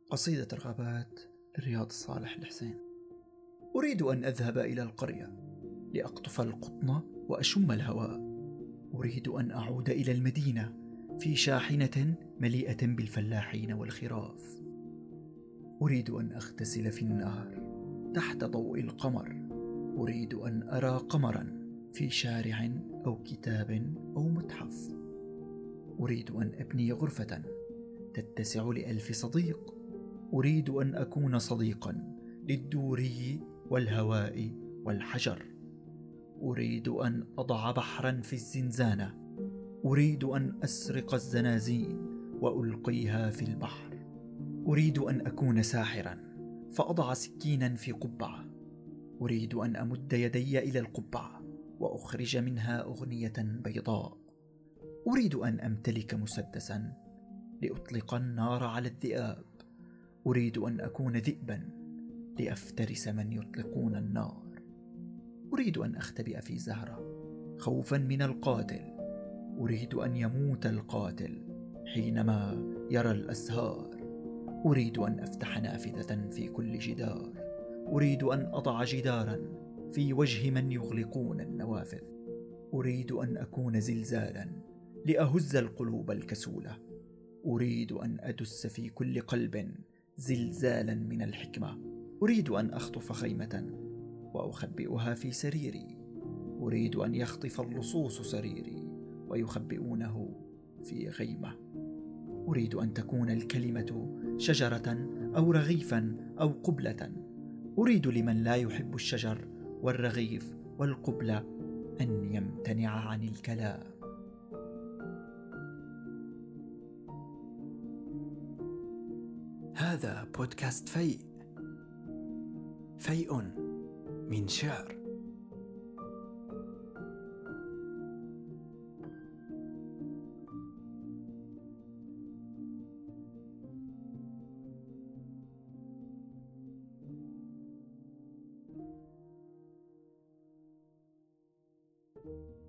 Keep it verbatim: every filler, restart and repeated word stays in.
قصيدة الغابات لرياض الصالح الحسين. أريد أن أذهب إلى القرية لأقطف القطن وأشم الهواء. أريد أن أعود إلى المدينة في شاحنة مليئة بالفلاحين والخراف. أريد أن أغتسل في النهر تحت ضوء القمر. أريد أن أرى قمرا في شارع أو كتاب أو متحف. أريد أن أبني غرفة تتسع لألف صديق. أريد أن أكون صديقا للدوري والهواء والحجر. أريد أن أضع بحرا في الزنزانة. أريد أن أسرق الزنازين وألقيها في البحر. أريد أن أكون ساحرا فأضع سكينا في قبعة. أريد أن أمد يدي إلى القبعة وأخرج منها أغنية بيضاء. أريد أن أمتلك مسدسا لأطلق النار على الذئاب. أريد أن أكون ذئبا لأفترس من يطلقون النار. أريد أن أختبئ في زهرة خوفا من القاتل. أريد أن يموت القاتل حينما يرى الأزهار. أريد أن أفتح نافذة في كل جدار. أريد أن أضع جدارا في وجه من يغلقون النوافذ. أريد أن أكون زلزالا لأهز القلوب الكسولة. أريد أن أدس في كل قلب زلزالا من الحكمة. أريد أن أخطف خيمة وأخبئها في سريري. أريد أن يخطف اللصوص سريري ويخبئونه في غيمة. أريد أن تكون الكلمة شجرة أو رغيفا أو قبلة. أريد لمن لا يحب الشجر والرغيف والقبلة أن يمتنع عن الكلام. هذا بودكاست فيء. فيء من شعر. thank you